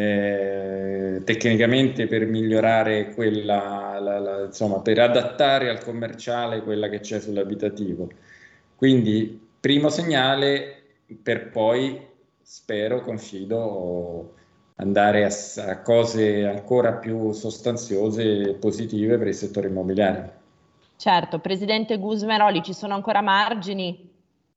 eh, tecnicamente per migliorare quella, la, la, insomma, per adattare al commerciale quella che c'è sull'abitativo. Quindi primo segnale per poi, spero, confido, andare a, a cose ancora più sostanziose e positive per il settore immobiliare. Certo, Presidente Gusmeroli, ci sono ancora margini?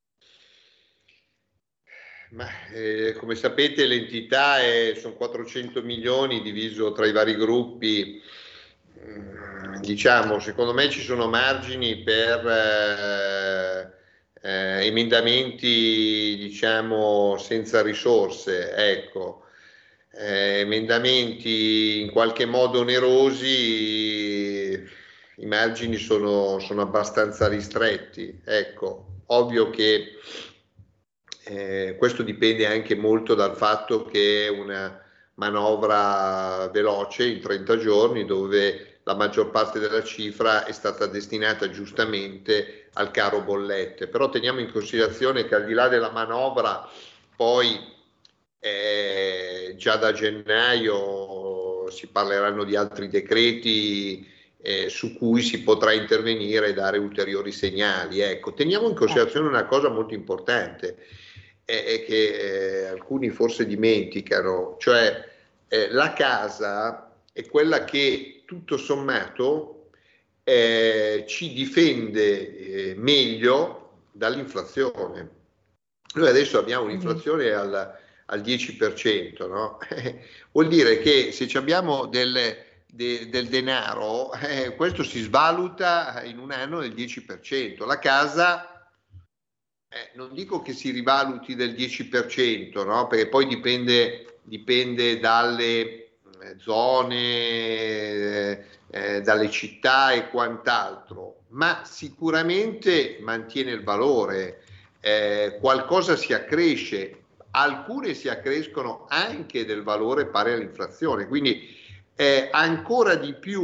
Ma, eh, come sapete l'entità è, sono quattrocento milioni diviso tra i vari gruppi. Diciamo, secondo me ci sono margini per eh, eh, emendamenti, diciamo, senza risorse, ecco, eh, emendamenti in qualche modo onerosi, i margini sono, sono abbastanza ristretti, ecco. Ovvio che eh, questo dipende anche molto dal fatto che è una manovra veloce in trenta giorni, dove la maggior parte della cifra è stata destinata giustamente al caro bollette, però teniamo in considerazione che al di là della manovra poi eh, già da gennaio si parleranno di altri decreti eh, su cui si potrà intervenire e dare ulteriori segnali. Ecco, teniamo in considerazione una cosa molto importante eh, eh, che eh, alcuni forse dimenticano, cioè eh, la casa è quella che tutto sommato eh, ci difende eh, meglio dall'inflazione. Noi adesso abbiamo un'inflazione al, al dieci per cento, no? Vuol dire che se abbiamo del, de, del denaro, eh, questo si svaluta in un anno del dieci per cento. La casa, eh, non dico che si rivaluti del dieci per cento, no? Perché poi dipende, dipende dalle zone, eh, eh, dalle città e quant'altro, ma sicuramente mantiene il valore, eh, qualcosa si accresce, alcune si accrescono anche del valore pari all'inflazione, quindi eh, ancora di più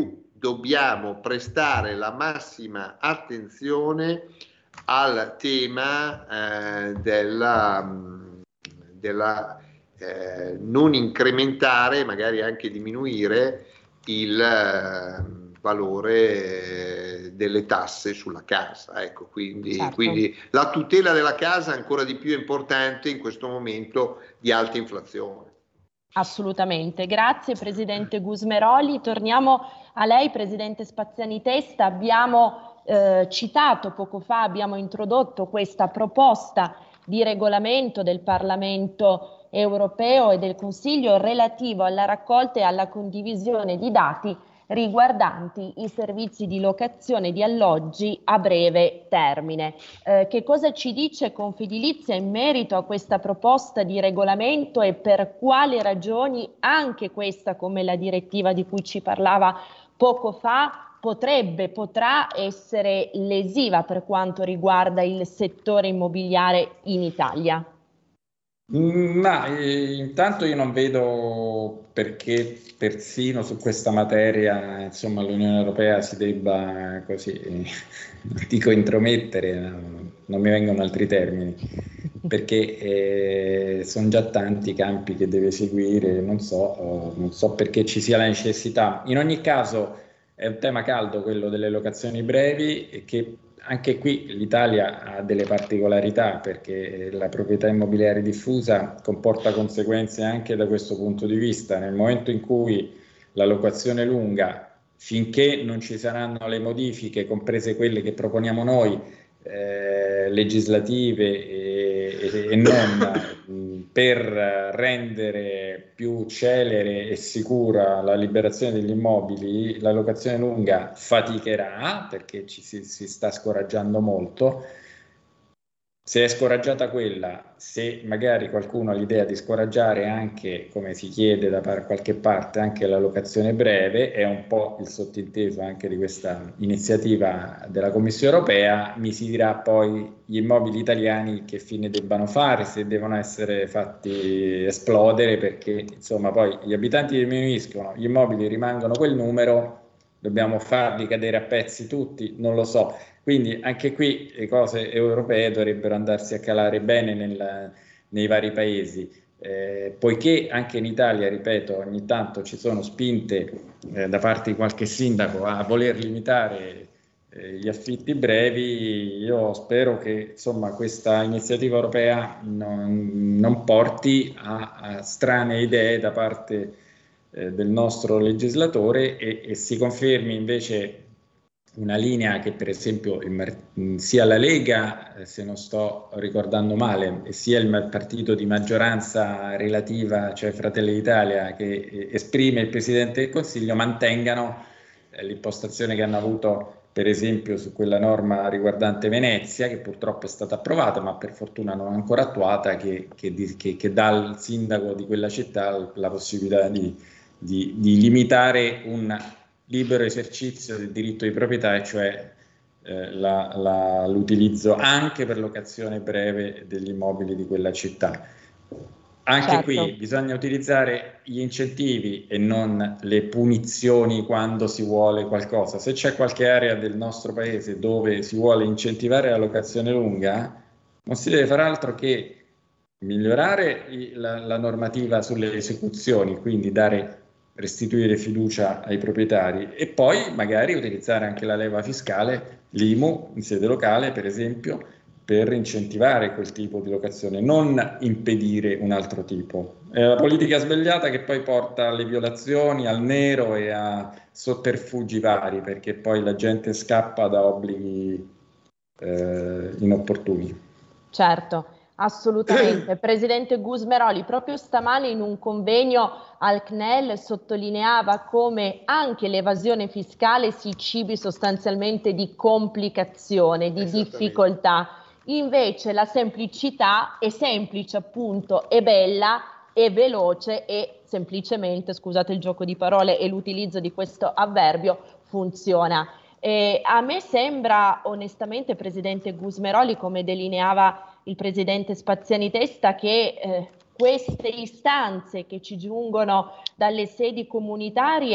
dobbiamo prestare la massima attenzione al tema eh, della, della eh, non incrementare, magari anche diminuire il eh, valore delle tasse sulla casa. Ecco, quindi, certo. quindi la tutela della casa è ancora di più importante in questo momento di alta inflazione. Assolutamente, grazie Presidente Gusmeroli. Torniamo a lei, Presidente Spaziani Testa. Abbiamo eh, citato poco fa, abbiamo introdotto questa proposta di regolamento del Parlamento europeo e del Consiglio relativo alla raccolta e alla condivisione di dati riguardanti i servizi di locazione di alloggi a breve termine. Eh, che cosa ci dice Confedilizia in merito a questa proposta di regolamento e per quali ragioni anche questa, come la direttiva di cui ci parlava poco fa, potrebbe, potrà essere lesiva per quanto riguarda il settore immobiliare in Italia? Ma eh, intanto io non vedo perché persino su questa materia, insomma, l'Unione Europea si debba così, eh, non dico intromettere, no, non mi vengono altri termini, perché eh, sono già tanti i campi che deve seguire, non so, eh, non so perché ci sia la necessità. In ogni caso è un tema caldo quello delle locazioni brevi e che anche qui l'Italia ha delle particolarità perché la proprietà immobiliare diffusa comporta conseguenze anche da questo punto di vista. Nel momento in cui la locazione lunga, finché non ci saranno le modifiche, comprese quelle che proponiamo noi, eh, legislative e, e, e non, mh, per rendere più celere e sicura la liberazione degli immobili, la locazione lunga faticherà perché ci si, si sta scoraggiando molto. Se è scoraggiata quella, se magari qualcuno ha l'idea di scoraggiare anche, come si chiede da par- qualche parte, anche la locazione breve, è un po' il sottinteso anche di questa iniziativa della Commissione Europea, mi si dirà poi gli immobili italiani che fine debbano fare, se devono essere fatti esplodere, perché insomma poi gli abitanti diminuiscono, gli immobili rimangono quel numero, dobbiamo farli cadere a pezzi tutti, non lo so. Quindi anche qui le cose europee dovrebbero andarsi a calare bene nel, nei vari paesi, eh, poiché anche in Italia, ripeto, ogni tanto ci sono spinte eh, da parte di qualche sindaco a voler limitare eh, gli affitti brevi. Io spero che insomma questa iniziativa europea non, non porti a, a strane idee da parte eh, del nostro legislatore e, e si confermi invece una linea che per esempio il, sia la Lega, se non sto ricordando male, sia il partito di maggioranza relativa, cioè Fratelli d'Italia, che esprime il Presidente del Consiglio, mantengano eh, l'impostazione che hanno avuto per esempio su quella norma riguardante Venezia, che purtroppo è stata approvata ma per fortuna non ancora attuata, che, che, che, che dà al sindaco di quella città la possibilità di, di, di limitare un libero esercizio del diritto di proprietà, e cioè eh, la, la, l'utilizzo anche per locazione breve degli immobili di quella città. Anche certo. Qui bisogna utilizzare gli incentivi e non le punizioni quando si vuole qualcosa. Se c'è qualche area del nostro paese dove si vuole incentivare la locazione lunga, non si deve fare altro che migliorare la, la normativa sulle esecuzioni, quindi dare restituire fiducia ai proprietari e poi magari utilizzare anche la leva fiscale, l'I M U in sede locale per esempio, per incentivare quel tipo di locazione, non impedire un altro tipo. È la politica sbagliata che poi porta alle violazioni, al nero e a sotterfugi vari, perché poi la gente scappa da obblighi eh, inopportuni. Certo. Assolutamente. Presidente Gusmeroli, proprio stamane in un convegno al C N E L sottolineava come anche l'evasione fiscale si cibi sostanzialmente di complicazione, di difficoltà. Invece la semplicità è semplice appunto, è bella, è veloce e semplicemente, scusate il gioco di parole e l'utilizzo di questo avverbio, funziona. Eh, a me sembra onestamente, Presidente Gusmeroli, come delineava il Presidente Spaziani Testa, che eh, queste istanze che ci giungono dalle sedi comunitarie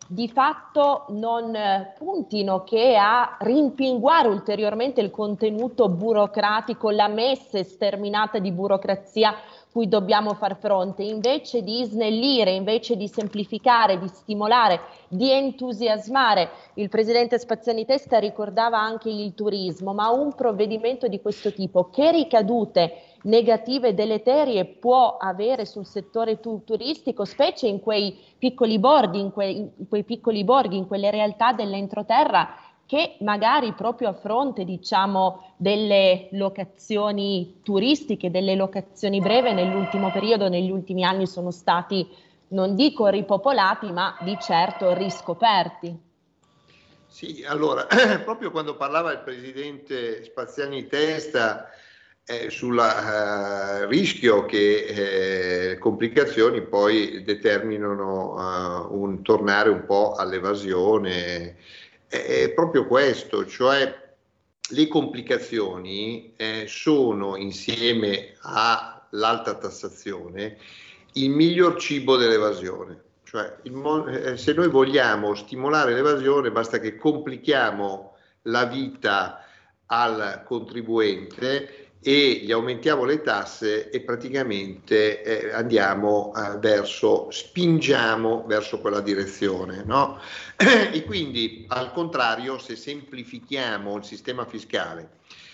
di fatto non puntino che a rimpinguare ulteriormente il contenuto burocratico, la messe sterminata di burocrazia cui dobbiamo far fronte, invece di snellire, invece di semplificare, di stimolare, di entusiasmare. Il presidente Spaziani Testa ricordava anche il turismo, ma un provvedimento di questo tipo, che ricadute negative e deleterie può avere sul settore tu- turistico, specie in quei piccoli borghi, in quei, in quei piccoli borghi, in quelle realtà dell'entroterra che magari proprio a fronte, diciamo, delle locazioni turistiche, delle locazioni breve nell'ultimo periodo, negli ultimi anni sono stati, non dico ripopolati, ma di certo riscoperti. Sì, allora, proprio quando parlava il presidente Spaziani Testa eh, sul uh, rischio che eh, complicazioni poi determinano uh, un tornare un po' all'evasione, è proprio questo, cioè le complicazioni eh, sono, insieme all'alta tassazione, il miglior cibo dell'evasione. Cioè, il, eh, se noi vogliamo stimolare l'evasione, basta che complichiamo la vita al contribuente e gli aumentiamo le tasse e praticamente eh, andiamo eh, verso, spingiamo verso quella direzione, no? E quindi al contrario, se semplifichiamo il sistema fiscale,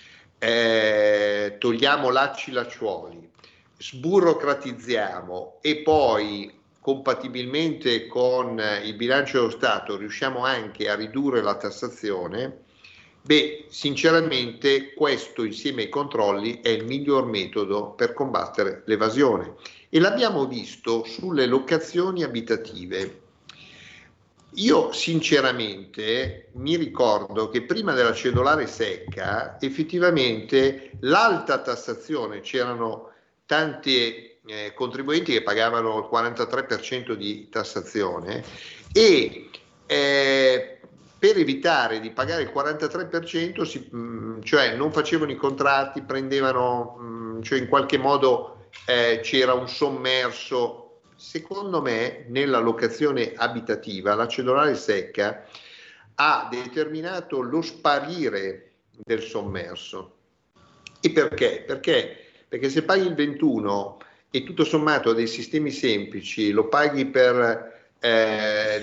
eh, togliamo lacci lacciuoli, sburocratizziamo e poi compatibilmente con il bilancio dello Stato riusciamo anche a ridurre la tassazione, beh, sinceramente questo insieme ai controlli è il miglior metodo per combattere l'evasione e l'abbiamo visto sulle locazioni abitative. Io sinceramente mi ricordo che prima della cedolare secca effettivamente l'alta tassazione, c'erano tanti eh, contribuenti che pagavano il quarantatré per cento di tassazione e eh, per evitare di pagare il quarantatré per cento si, mh, cioè non facevano i contratti, prendevano, mh, cioè in qualche modo eh, c'era un sommerso. Secondo me nella locazione abitativa la cedolare secca ha determinato lo sparire del sommerso. E perché? Perché? Perché se paghi il ventuno e tutto sommato dei sistemi semplici lo paghi per eh,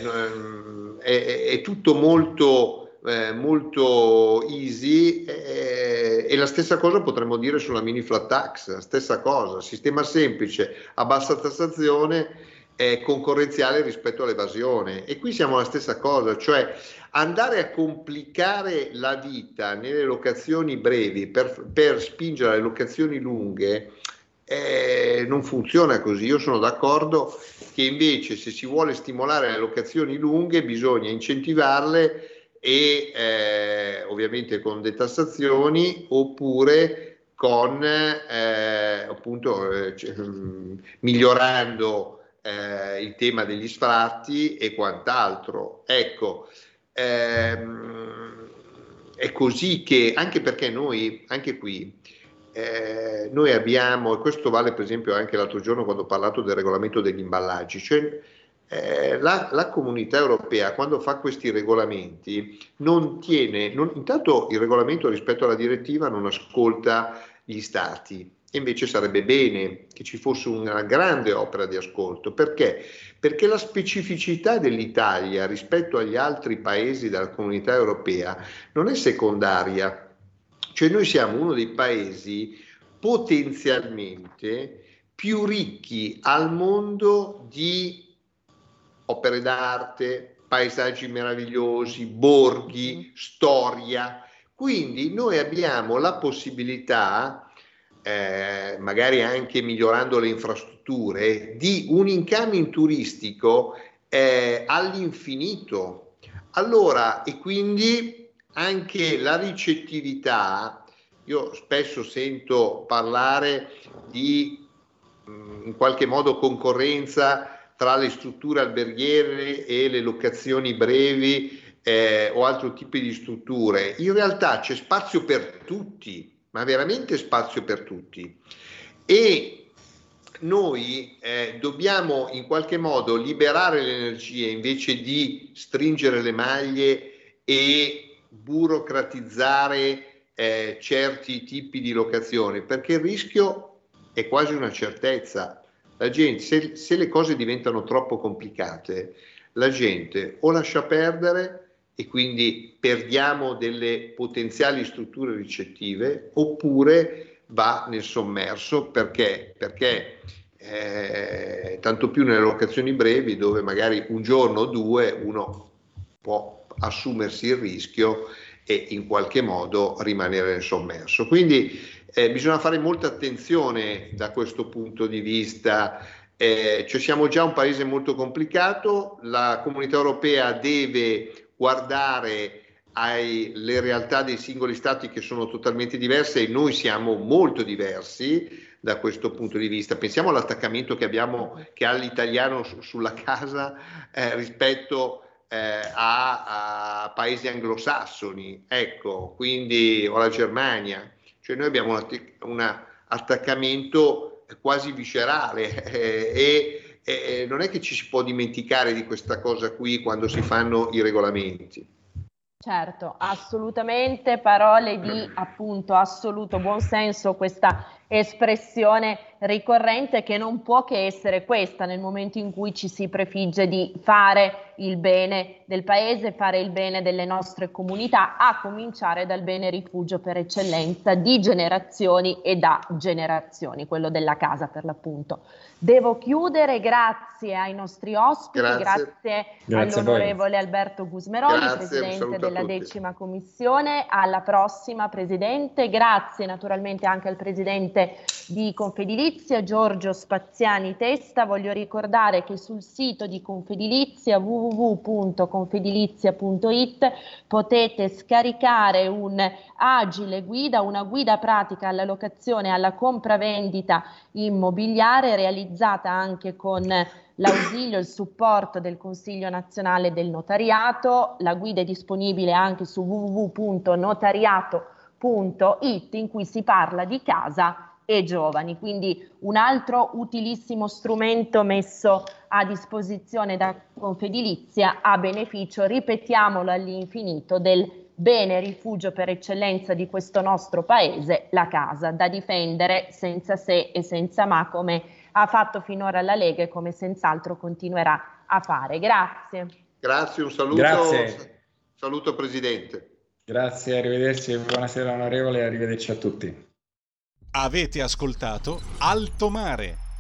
è, è tutto molto eh, molto easy eh, e la stessa cosa potremmo dire sulla mini flat tax, la stessa cosa, sistema semplice a bassa tassazione è concorrenziale rispetto all'evasione e qui siamo alla stessa cosa, cioè andare a complicare la vita nelle locazioni brevi per, per spingere alle locazioni lunghe eh, non funziona così. Io sono d'accordo che invece se si vuole stimolare le locazioni lunghe bisogna incentivarle e eh, ovviamente con detassazioni oppure con eh, appunto eh, cioè, migliorando eh, il tema degli sfratti e quant'altro. Ecco, ehm, è così che anche perché noi anche qui eh, noi abbiamo, e questo vale per esempio anche l'altro giorno quando ho parlato del regolamento degli imballaggi, cioè Eh, la, la comunità europea quando fa questi regolamenti non tiene, non, intanto il regolamento rispetto alla direttiva non ascolta gli stati e invece sarebbe bene che ci fosse una grande opera di ascolto. Perché? Perché la specificità dell'Italia rispetto agli altri paesi della comunità europea non è secondaria, cioè noi siamo uno dei paesi potenzialmente più ricchi al mondo di opere d'arte, paesaggi meravigliosi, borghi, storia. Quindi noi abbiamo la possibilità, eh, magari anche migliorando le infrastrutture, di un incoming turistico eh, all'infinito. Allora, e quindi anche la ricettività, io spesso sento parlare di mh, in qualche modo concorrenza tra le strutture alberghiere e le locazioni brevi eh, o altri tipi di strutture. In realtà c'è spazio per tutti, ma veramente spazio per tutti. E noi eh, dobbiamo in qualche modo liberare le energie invece di stringere le maglie e burocratizzare eh, certi tipi di locazione, perché il rischio è quasi una certezza. La gente, se, se le cose diventano troppo complicate, la gente o lascia perdere e quindi perdiamo delle potenziali strutture ricettive, oppure va nel sommerso. Perché? Perché eh, tanto più nelle locazioni brevi, dove magari un giorno o due uno può assumersi il rischio e in qualche modo rimanere nel sommerso. Quindi eh, bisogna fare molta attenzione da questo punto di vista. Eh, cioè siamo già un paese molto complicato, la Comunità Europea deve guardare alle realtà dei singoli stati che sono totalmente diverse, e noi siamo molto diversi da questo punto di vista. Pensiamo all'attaccamento che abbiamo, che ha l'italiano su, sulla casa eh, rispetto eh, a, a paesi anglosassoni, ecco, quindi, o la Germania. Cioè noi abbiamo un attaccamento quasi viscerale eh, e, e non è che ci si può dimenticare di questa cosa qui quando si fanno i regolamenti. Certo, assolutamente, parole di appunto assoluto buonsenso, questa espressione ricorrente che non può che essere questa nel momento in cui ci si prefigge di fare il bene del paese, fare il bene delle nostre comunità, a cominciare dal bene rifugio per eccellenza di generazioni e da generazioni, quello della casa per l'appunto. Devo chiudere, grazie ai nostri ospiti, grazie, grazie, grazie all'onorevole Alberto Gusmeroli, grazie, Presidente della decima Commissione, alla prossima Presidente, grazie naturalmente anche al Presidente di Confedilizia, Giorgio Spaziani Testa. Voglio ricordare che sul sito di Confedilizia w w w punto confedilizia punto i t potete scaricare un'agile guida, una guida pratica alla locazione e alla compravendita immobiliare, realizzata anche con l'ausilio e il supporto del Consiglio Nazionale del Notariato. La guida è disponibile anche su w w w punto notariato punto i t, in cui si parla di casa e giovani, quindi un altro utilissimo strumento messo a disposizione da Confedilizia a beneficio, ripetiamolo all'infinito, del bene rifugio per eccellenza di questo nostro paese, la casa, da difendere senza se e senza ma, come ha fatto finora la Lega e come senz'altro continuerà a fare. Grazie. Grazie, un saluto. Grazie. Saluto Presidente. Grazie, arrivederci, buonasera onorevole, arrivederci a tutti. Avete ascoltato Alto Mare.